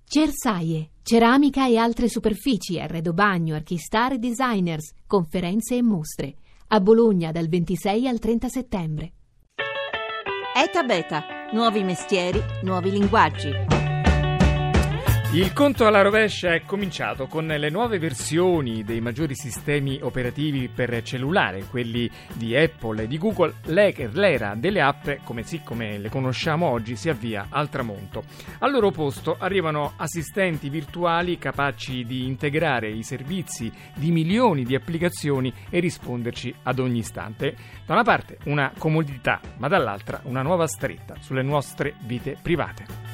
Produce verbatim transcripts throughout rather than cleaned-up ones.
Cersaie, ceramica e altre superfici, arredo bagno, archistar e designers, conferenze e mostre. A Bologna dal ventisei al trenta settembre. ETA Beta, nuovi mestieri, nuovi linguaggi. Il conto alla rovescia è cominciato con le nuove versioni dei maggiori sistemi operativi per cellulare, quelli di Apple e di Google. L'era delle app, come sì come le conosciamo oggi, si avvia al tramonto. Al loro posto arrivano assistenti virtuali capaci di integrare i servizi di milioni di applicazioni e risponderci ad ogni istante. Da una parte una comodità, ma dall'altra una nuova stretta sulle nostre vite private.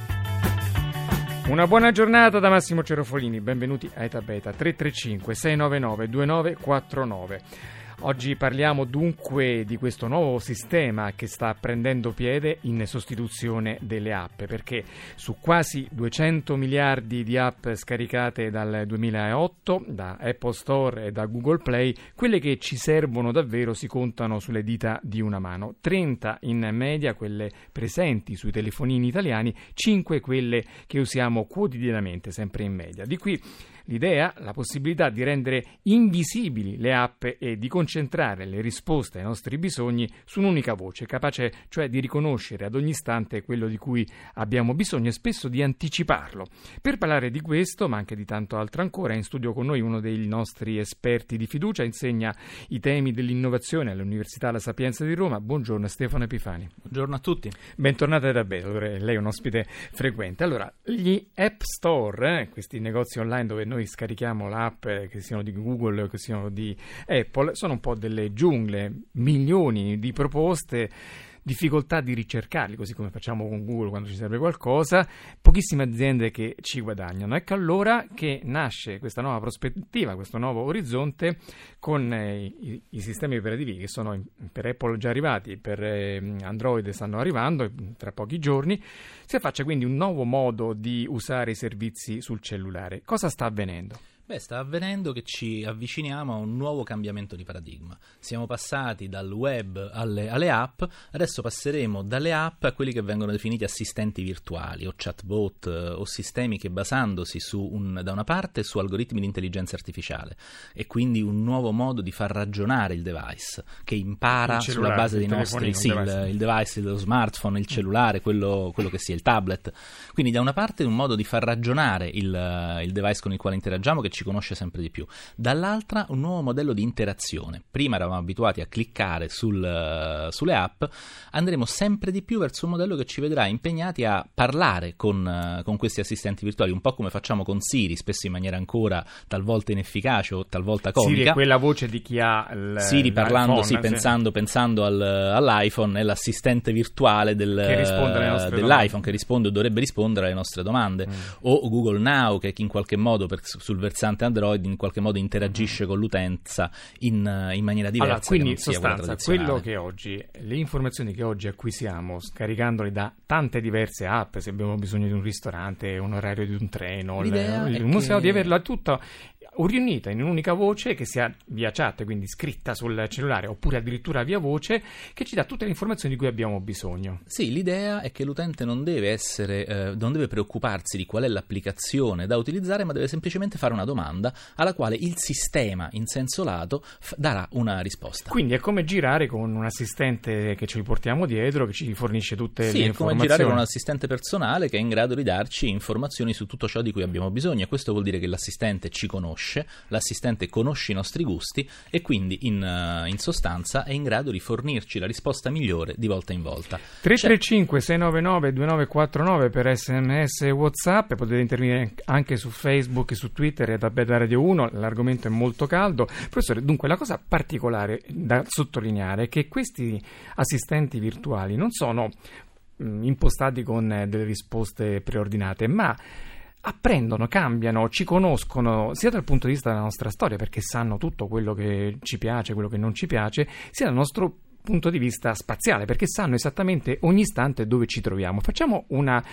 Una buona giornata da Massimo Cerofolini, benvenuti a ETA Beta tre tre cinque sei nove nove due nove quattro nove. Oggi parliamo dunque di questo nuovo sistema che sta prendendo piede in sostituzione delle app, perché su quasi duecento miliardi di app scaricate dal duemilaotto da Apple Store e da Google Play, quelle che ci servono davvero si contano sulle dita di una mano. trenta in media quelle presenti sui telefonini italiani, cinque quelle che usiamo quotidianamente, sempre in media. Di qui l'idea, la possibilità di rendere invisibili le app e di concentrare le risposte ai nostri bisogni su un'unica voce, capace cioè di riconoscere ad ogni istante quello di cui abbiamo bisogno e spesso di anticiparlo. Per parlare di questo, ma anche di tanto altro ancora, è in studio con noi uno dei nostri esperti di fiducia, insegna i temi dell'innovazione all'Università La Sapienza di Roma. Buongiorno Stefano Epifani. Buongiorno a tutti. Bentornate da Beta, lei è un ospite frequente. Allora, gli App Store, eh, questi negozi online dove noi noi scarichiamo l'app, che siano di Google o che siano di Apple, sono un po' delle giungle, milioni di proposte, difficoltà di ricercarli, così come facciamo con Google quando ci serve qualcosa, pochissime aziende che ci guadagnano. Ecco allora che nasce questa nuova prospettiva, questo nuovo orizzonte con eh, i, i sistemi operativi che sono per Apple già arrivati, per eh, Android stanno arrivando tra pochi giorni. Si affaccia quindi un nuovo modo di usare i servizi sul cellulare. Cosa sta avvenendo? Beh, sta avvenendo che ci avviciniamo a un nuovo cambiamento di paradigma. Siamo passati dal web alle, alle app, adesso passeremo dalle app a quelli che vengono definiti assistenti virtuali o chatbot o sistemi che basandosi su un, da una parte su algoritmi di intelligenza artificiale e quindi un nuovo modo di far ragionare il device che impara sulla base dei nostri sì, il, il device, lo smartphone, il cellulare, quello, quello che sia, il tablet. Quindi da una parte un modo di far ragionare il, il device con il quale interagiamo che ci conosce sempre di più, dall'altra un nuovo modello di interazione. Prima eravamo abituati a cliccare sul, uh, sulle app, andremo sempre di più verso un modello che ci vedrà impegnati a parlare con, uh, con questi assistenti virtuali, un po' come facciamo con Siri, spesso in maniera ancora talvolta inefficace o talvolta comica. Siri è quella voce di chi ha il, Siri parlando, sì, pensando, pensando al, all'iPhone, è l'assistente virtuale del, che risponde alle nostre dell'iPhone domande. Che risponde o dovrebbe rispondere alle nostre domande, mm. o Google Now che in qualche modo per, sul versante Android in qualche modo interagisce con l'utenza in, in maniera diversa. Allora, quindi in che non sia sostanza quello che oggi, le informazioni che oggi acquisiamo scaricandole da tante diverse app, se abbiamo bisogno di un ristorante, un orario di un treno, l'idea il, il museo, che... di averla tutta riunita in un'unica voce che sia via chat, quindi scritta sul cellulare oppure addirittura via voce, che ci dà tutte le informazioni di cui abbiamo bisogno. Sì, l'idea è che l'utente non deve essere eh, non deve preoccuparsi di qual è l'applicazione da utilizzare, ma deve semplicemente fare una domanda alla quale il sistema in senso lato f- darà una risposta. Quindi è come girare con un assistente che ce li portiamo dietro, che ci fornisce tutte sì, le informazioni. Sì, è come girare con un assistente personale che è in grado di darci informazioni su tutto ciò di cui abbiamo bisogno, e questo vuol dire che l'assistente ci conosce, l'assistente conosce i nostri gusti e quindi in, uh, in sostanza è in grado di fornirci la risposta migliore di volta in volta. tre tre cinque sei nove nove due nove quattro nove per sms e WhatsApp, potete intervenire anche su Facebook e su Twitter e da Beta Radio uno, l'argomento è molto caldo. Professore, dunque la cosa particolare da sottolineare è che questi assistenti virtuali non sono mh, impostati con eh, delle risposte preordinate, ma apprendono, cambiano, ci conoscono sia dal punto di vista della nostra storia, perché sanno tutto quello che ci piace, quello che non ci piace, sia dal nostro punto di vista spaziale, perché sanno esattamente ogni istante dove ci troviamo. Facciamo una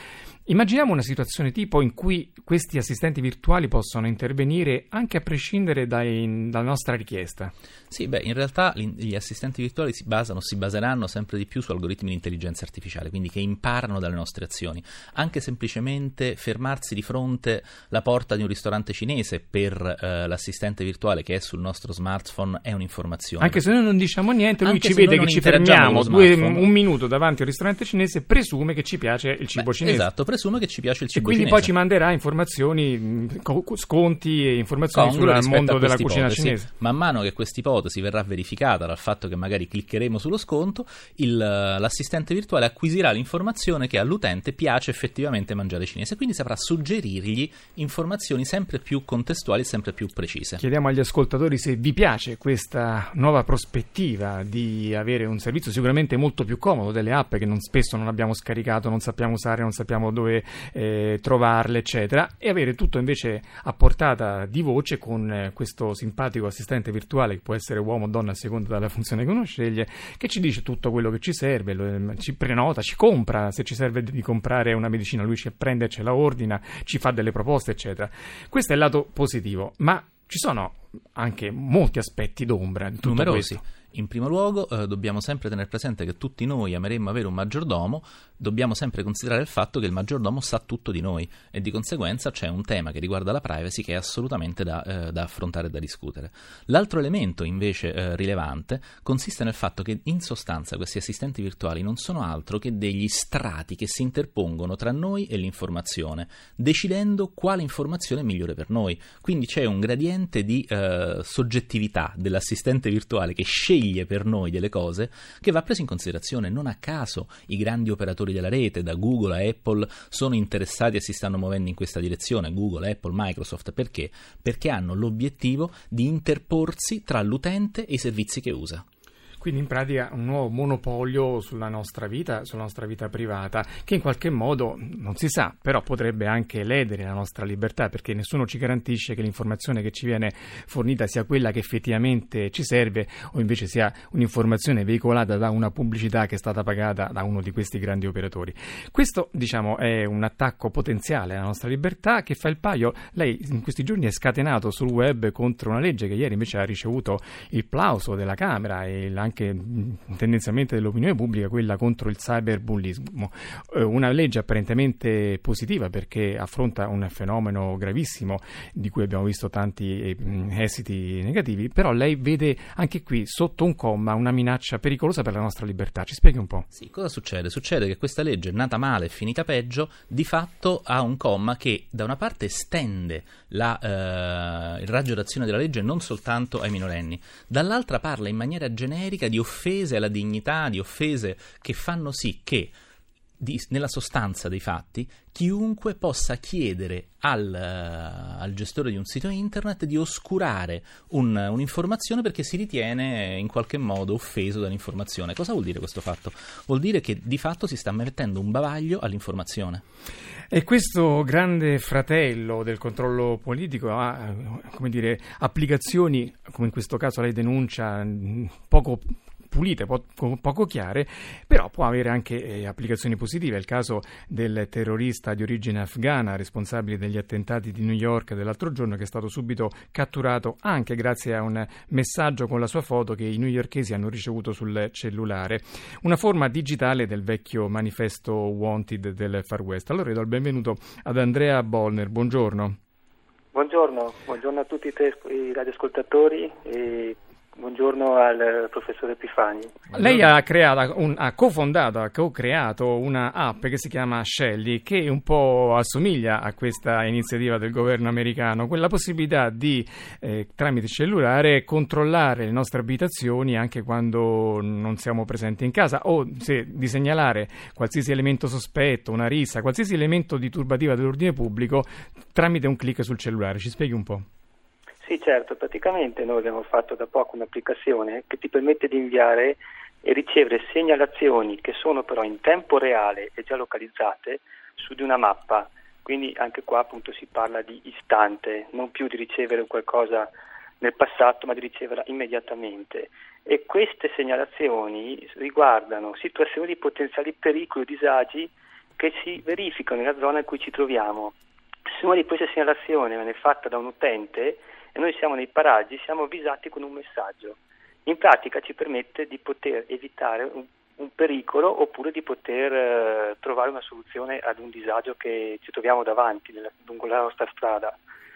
Immaginiamo una situazione tipo in cui questi assistenti virtuali possono intervenire anche a prescindere dai, dalla nostra richiesta. Sì, beh, in realtà gli assistenti virtuali si basano, si baseranno sempre di più su algoritmi di intelligenza artificiale, quindi che imparano dalle nostre azioni. Anche semplicemente fermarsi di fronte alla porta di un ristorante cinese per eh, l'assistente virtuale che è sul nostro smartphone è un'informazione. Anche se noi non diciamo niente, lui Anche ci se vede noi che non ci fermiamo due, smartphone. un minuto davanti al ristorante cinese, presume che ci piace il cibo Beh, cinese. Esatto, presume che ci piace il E cibo quindi cinese. poi ci manderà informazioni, mh, co- sconti e informazioni Congruo sul rispetto mondo a della questa cucina ipotesi. cinese. Man mano che questa ipotesi verrà verificata dal fatto che magari cliccheremo sullo sconto, il, l'assistente virtuale acquisirà l'informazione che all'utente piace effettivamente mangiare cinese, quindi saprà suggerirgli informazioni sempre più contestuali e sempre più precise. Chiediamo agli ascoltatori se vi piace questa nuova prospettiva di avere un servizio sicuramente molto più comodo delle app che non, spesso non abbiamo scaricato, non sappiamo usare, non sappiamo dove eh, trovarle, eccetera, e avere tutto invece a portata di voce con eh, questo simpatico assistente virtuale, che può essere uomo o donna a seconda della funzione che uno sceglie, che ci dice tutto quello che ci serve, lo, ci prenota, ci compra, se ci serve di comprare una medicina lui ci prende e ce la ordina, ci fa delle proposte, eccetera. Questo è il lato positivo, ma ci sono anche molti aspetti d'ombra di tutto Numerosi. questo. In primo luogo eh, dobbiamo sempre tenere presente che tutti noi ameremmo avere un maggiordomo, dobbiamo sempre considerare il fatto che il maggiordomo sa tutto di noi e di conseguenza c'è un tema che riguarda la privacy che è assolutamente da, eh, da affrontare e da discutere. L'altro elemento invece eh, rilevante consiste nel fatto che in sostanza questi assistenti virtuali non sono altro che degli strati che si interpongono tra noi e l'informazione, decidendo quale informazione è migliore per noi. Quindi c'è un gradiente di eh, soggettività dell'assistente virtuale che sceglie per noi delle cose che va preso in considerazione. Non a caso i grandi operatori della rete, da Google a Apple, sono interessati e si stanno muovendo in questa direzione. Google, Apple, Microsoft, perché? Perché hanno l'obiettivo di interporsi tra l'utente e i servizi che usa. Quindi in pratica un nuovo monopolio sulla nostra vita, sulla nostra vita privata, che in qualche modo, non si sa, però potrebbe anche ledere la nostra libertà, perché nessuno ci garantisce che l'informazione che ci viene fornita sia quella che effettivamente ci serve o invece sia un'informazione veicolata da una pubblicità che è stata pagata da uno di questi grandi operatori. Questo, diciamo, è un attacco potenziale alla nostra libertà che fa il paio. Lei in questi giorni è scatenato sul web contro una legge che ieri invece ha ricevuto il plauso della Camera e anche anche tendenzialmente dell'opinione pubblica, quella contro il cyberbullismo, una legge apparentemente positiva perché affronta un fenomeno gravissimo di cui abbiamo visto tanti esiti negativi, però lei vede anche qui sotto un comma una minaccia pericolosa per la nostra libertà. Ci spieghi un po'? Sì, cosa succede? Succede che questa legge, nata male e finita peggio, di fatto ha un comma che da una parte estende la, eh, il raggio d'azione della legge non soltanto ai minorenni, dall'altra parla in maniera generica di offese alla dignità, di offese che fanno sì che, di, nella sostanza dei fatti, chiunque possa chiedere al, uh, al gestore di un sito internet di oscurare un, un'informazione perché si ritiene in qualche modo offeso dall'informazione. Cosa vuol dire questo fatto? Vuol dire che di fatto si sta mettendo un bavaglio all'informazione. E questo grande fratello del controllo politico ha, come dire, applicazioni, come in questo caso lei denuncia, poco pulite, po- poco chiare, però può avere anche eh, applicazioni positive. È il caso del terrorista di origine afghana responsabile degli attentati di New York dell'altro giorno, che è stato subito catturato anche grazie a un messaggio con la sua foto che i newyorkesi hanno ricevuto sul cellulare, una forma digitale del vecchio manifesto Wanted del Far West. Allora io do il benvenuto ad Andrea Bollner. Buongiorno. Buongiorno, buongiorno a tutti i radioascoltatori e buongiorno al professore Epifani. Lei ha creato, un, ha cofondato, ha co-creato una app che si chiama Shelly, che un po' assomiglia a questa iniziativa del governo americano, quella possibilità di eh, tramite cellulare controllare le nostre abitazioni anche quando non siamo presenti in casa, o se, di segnalare qualsiasi elemento sospetto, una rissa, qualsiasi elemento di turbativa dell'ordine pubblico tramite un click sul cellulare. Ci spieghi un po'? Sì, certo, praticamente noi abbiamo fatto da poco un'applicazione che ti permette di inviare e ricevere segnalazioni che sono però in tempo reale e già localizzate su di una mappa, quindi anche qua appunto si parla di istante, non più di ricevere qualcosa nel passato ma di riceverla immediatamente, e queste segnalazioni riguardano situazioni di potenziali pericoli o disagi che si verificano nella zona in cui ci troviamo. Se una di queste segnalazioni viene fatta da un utente e noi siamo nei paraggi, siamo avvisati con un messaggio. In pratica ci permette di poter evitare un, un pericolo oppure di poter eh, trovare una soluzione ad un disagio che ci troviamo davanti nella, lungo la nostra strada.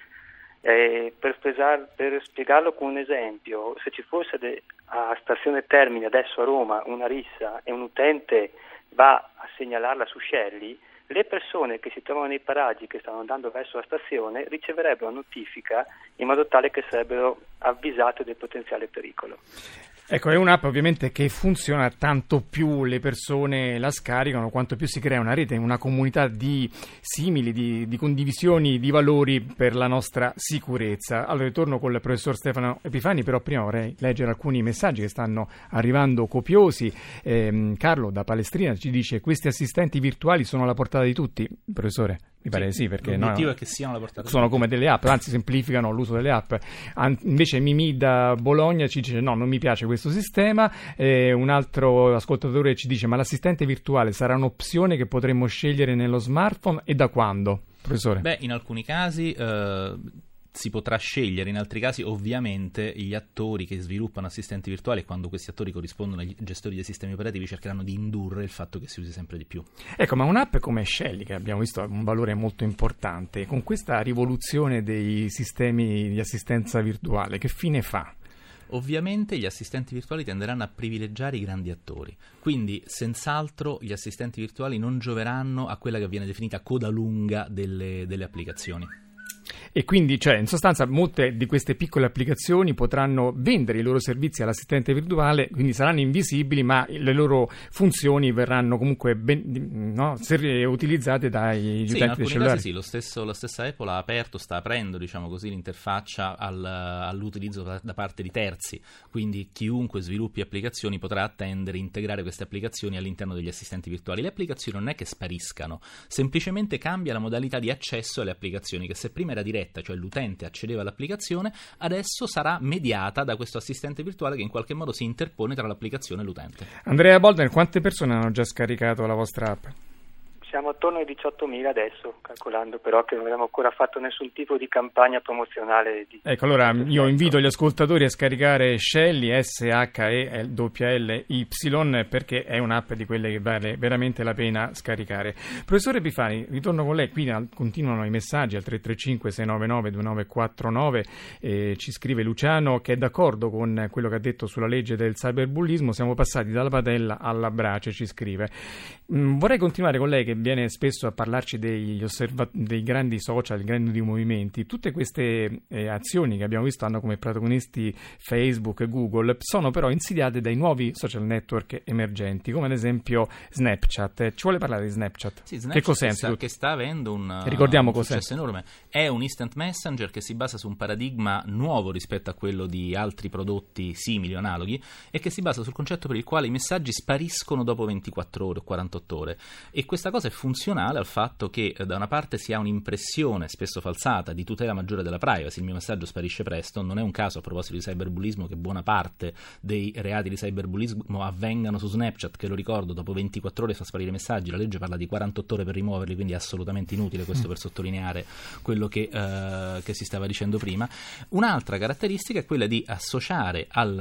Eh, per, pesar, per spiegarlo con un esempio, se ci fosse de, a Stazione Termini adesso a Roma una rissa e un utente va a segnalarla su Scelli, le persone che si trovano nei paraggi che stanno andando verso la stazione riceverebbero notifica in modo tale che sarebbero avvisate del potenziale pericolo. Ecco, è un'app ovviamente che funziona tanto più le persone la scaricano, quanto più si crea una rete, una comunità di simili, di, di condivisioni di valori per la nostra sicurezza. Allora, ritorno con il professor Stefano Epifani, però prima vorrei leggere alcuni messaggi che stanno arrivando copiosi. Eh, Carlo da Palestrina ci dice: questi assistenti virtuali sono alla portata di tutti. Professore? Mi pare sì, sì, perché l'obiettivo no, è che siano alla portata. Sono come delle app, anzi semplificano l'uso delle app. An- invece Mimì da Bologna ci dice: no, non mi piace questo sistema. Eh, un altro ascoltatore ci dice: ma l'assistente virtuale sarà un'opzione che potremmo scegliere nello smartphone, e da quando? Professore? Beh, in alcuni casi eh, si potrà scegliere, in altri casi ovviamente gli attori che sviluppano assistenti virtuali, quando questi attori corrispondono ai gestori dei sistemi operativi, cercheranno di indurre il fatto che si usi sempre di più. Ecco, ma un'app come Shelly, che abbiamo visto ha un valore molto importante, con questa rivoluzione dei sistemi di assistenza virtuale, che fine fa? Ovviamente gli assistenti virtuali tenderanno a privilegiare i grandi attori, quindi senz'altro gli assistenti virtuali non gioveranno a quella che viene definita coda lunga delle, delle applicazioni. E quindi, cioè, in sostanza, molte di queste piccole applicazioni potranno vendere i loro servizi all'assistente virtuale, quindi saranno invisibili, ma le loro funzioni verranno comunque ben, no, utilizzate dai sì, utenti dei cellulari. Sì, lo stesso, la stessa Apple ha aperto, sta aprendo, diciamo così, l'interfaccia al, all'utilizzo da, da parte di terzi, quindi chiunque sviluppi applicazioni potrà attendere, integrare queste applicazioni all'interno degli assistenti virtuali. Le applicazioni non è che spariscano, semplicemente cambia la modalità di accesso alle applicazioni, che se prima era diretta, cioè l'utente accedeva all'applicazione, adesso sarà mediata da questo assistente virtuale che in qualche modo si interpone tra l'applicazione e l'utente. Andrea Bolden, quante persone hanno già scaricato la vostra app? Siamo attorno ai diciottomila adesso, calcolando però che non abbiamo ancora fatto nessun tipo di campagna promozionale. Di... Ecco, allora io invito gli ascoltatori a scaricare Shelly, S H E L L Y, perché è un'app di quelle che vale veramente la pena scaricare. Professore Epifani, ritorno con lei, qui continuano i messaggi al tre tre cinque sei nove nove due nove quattro nove, eh, ci scrive Luciano che è d'accordo con quello che ha detto sulla legge del cyberbullismo, siamo passati dalla padella alla brace, ci scrive. Mm, vorrei continuare con lei, che viene spesso a parlarci degli osserva- dei grandi social, dei grandi movimenti. Tutte queste eh, azioni che abbiamo visto hanno come protagonisti Facebook e Google, sono però insidiate dai nuovi social network emergenti, come ad esempio Snapchat. Ci vuole parlare di Snapchat? Sì, Snapchat che cos'è? Che sta, che sta avendo un, Ricordiamo un cos'è. successo enorme. È un instant messenger che si basa su un paradigma nuovo rispetto a quello di altri prodotti simili o analoghi, e che si basa sul concetto per il quale i messaggi spariscono dopo ventiquattro ore o quarantotto ore, e questa cosa è funzionale al fatto che eh, da una parte si ha un'impressione spesso falsata di tutela maggiore della privacy, il mio messaggio sparisce presto. Non è un caso, a proposito di cyberbullismo, che buona parte dei reati di cyberbullismo avvengano su Snapchat, che, lo ricordo, dopo ventiquattro ore fa sparire messaggi. La legge parla di quarantotto ore per rimuoverli, quindi è assolutamente inutile questo per sottolineare quello che, eh, che si stava dicendo prima. Un'altra caratteristica è quella di associare al,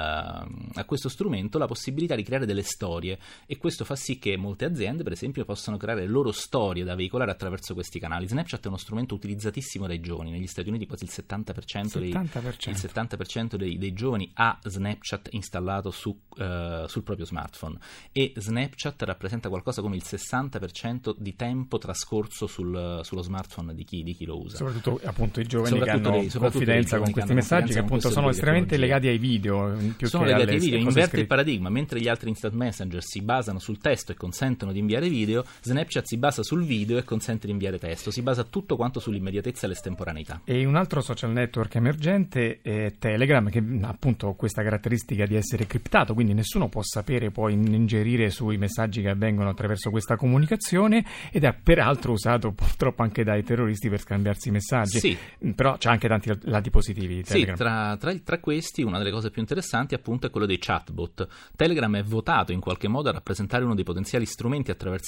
a questo strumento la possibilità di creare delle storie, e questo fa sì che molte aziende, per esempio, possano creare le loro storie da veicolare attraverso questi canali. Snapchat è uno strumento utilizzatissimo dai giovani. Negli Stati Uniti quasi il settanta per cento, settanta per cento. Dei, il settanta per cento dei, dei giovani ha Snapchat installato su, uh, sul proprio smartphone, e Snapchat rappresenta qualcosa come il sessanta per cento di tempo trascorso sul, sullo smartphone di chi, di chi lo usa. Soprattutto appunto i giovani soprattutto che hanno dei, confidenza con questi messaggi, che appunto sono estremamente legati ai video, più sono che legati alle ai video. cose Inverte scritte. il paradigma: mentre gli altri instant messenger si basano sul testo e consentono di inviare video, Snapchat si basa sul video e consente di inviare testo, si basa tutto quanto sull'immediatezza e l'estemporaneità. E un altro social network emergente è Telegram, che ha appunto questa caratteristica di essere criptato, quindi nessuno può sapere, può ingerire sui messaggi che avvengono attraverso questa comunicazione, ed è peraltro usato purtroppo anche dai terroristi per scambiarsi messaggi. Sì. Però c'è anche tanti lati positivi Telegram. Sì, tra, tra, tra questi una delle cose più interessanti appunto è quello dei chatbot. Telegram è votato in qualche modo a rappresentare uno dei potenziali strumenti attraverso i quali fare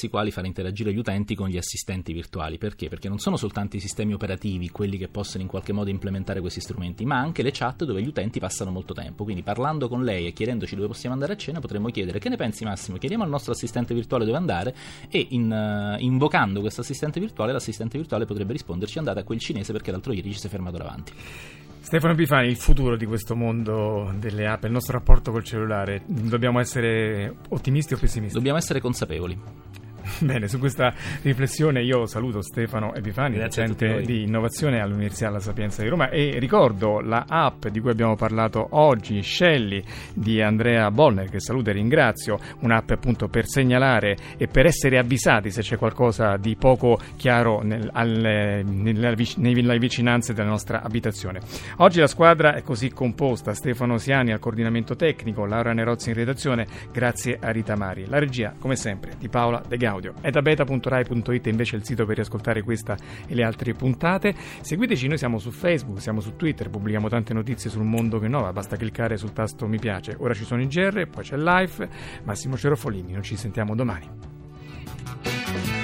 interagire gli utenti con gli assistenti virtuali. Perché? Perché non sono soltanto i sistemi operativi quelli che possono in qualche modo implementare questi strumenti, ma anche le chat dove gli utenti passano molto tempo. Quindi parlando con lei e chiedendoci dove possiamo andare a cena, potremmo chiedere: che ne pensi Massimo? Chiediamo al nostro assistente virtuale dove andare, e in, uh, invocando questo assistente virtuale, l'assistente virtuale potrebbe risponderci: andate a quel cinese perché l'altro ieri ci si è fermato davanti. Stefano Epifani, il futuro di questo mondo delle app, il nostro rapporto col cellulare, dobbiamo essere ottimisti o pessimisti? Dobbiamo essere consapevoli. Bene, su questa riflessione io saluto Stefano Epifani, docente di innovazione all'Università La Sapienza di Roma, e ricordo la app di cui abbiamo parlato oggi, Shelly, di Andrea Bollner, che saluto e ringrazio, un'app appunto per segnalare e per essere avvisati se c'è qualcosa di poco chiaro nel, al, nella, nelle vicinanze della nostra abitazione. Oggi la squadra è così composta: Stefano Siani al coordinamento tecnico, Laura Nerozzi in redazione, grazie a Rita Mari. La regia, come sempre, di Paola De Gaudio. etabeta punto rai punto it invece è il sito per riascoltare questa e le altre puntate. Seguiteci, noi siamo su Facebook, siamo su Twitter, pubblichiamo tante notizie sul mondo che innova, basta cliccare sul tasto mi piace. Ora ci sono i G R, poi c'è Live. Massimo Cerofolini, noi ci sentiamo domani.